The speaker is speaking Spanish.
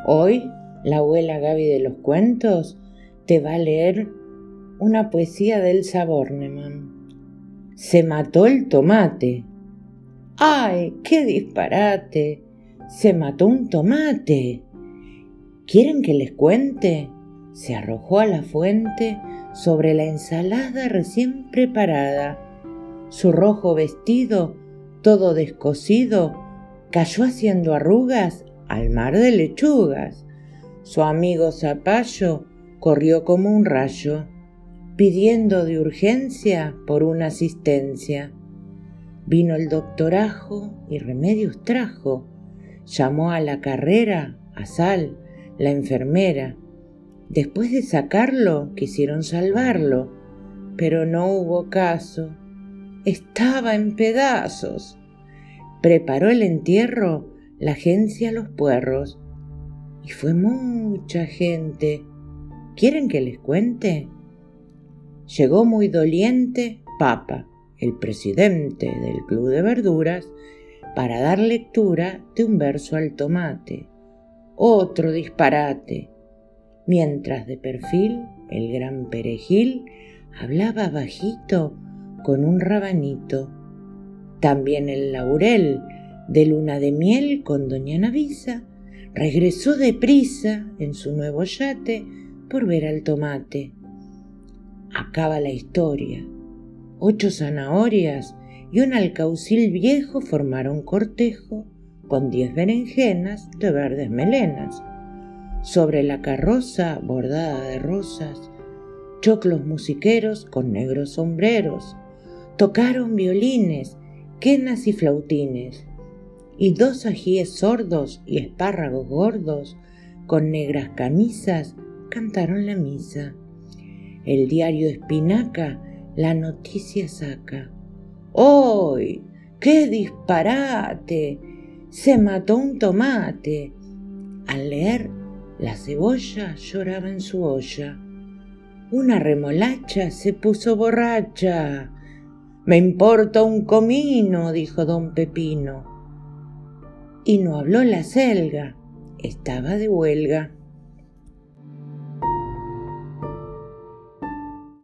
Hoy la abuela Gaby de los cuentos te va a leer una poesía de Elsa Bornemann. Se mató el tomate. ¡Ay, qué disparate! Se mató un tomate. ¿Quieren que les cuente? Se arrojó a la fuente sobre la ensalada recién preparada. Su rojo vestido, todo descosido, cayó haciendo arrugas al mar de lechugas. Su amigo Zapallo corrió como un rayo, pidiendo de urgencia por una asistencia. Vino el doctor Ajo y remedios trajo. Llamó a la carrera a Sal, la enfermera. Después de sacarlo, quisieron salvarlo, pero no hubo caso. Estaba en pedazos. Preparó el entierro la agencia Los Puerros. Y fue mucha gente. ¿Quieren que les cuente? Llegó muy doliente Papa, el presidente del Club de Verduras, para dar lectura de un verso al tomate. Otro disparate. Mientras de perfil el gran perejil hablaba bajito con un rabanito. También el laurel, de luna de miel con doña Navisa, regresó deprisa en su nuevo yate por ver al tomate. Acaba la historia. 8 zanahorias y un alcaucil viejo formaron cortejo con 10 berenjenas de verdes melenas. Sobre la carroza bordada de rosas, choclos musiqueros con negros sombreros, tocaron violines, quenas y flautines, y 2 ajíes sordos y espárragos gordos con negras camisas cantaron la misa. El diario Espinaca la noticia saca. ¡Hoy! ¡Qué disparate! Se mató un tomate. Al leer, la cebolla lloraba en su olla. Una remolacha se puso borracha. «Me importa un comino», dijo don Pepino. Y no habló la selga, estaba de huelga.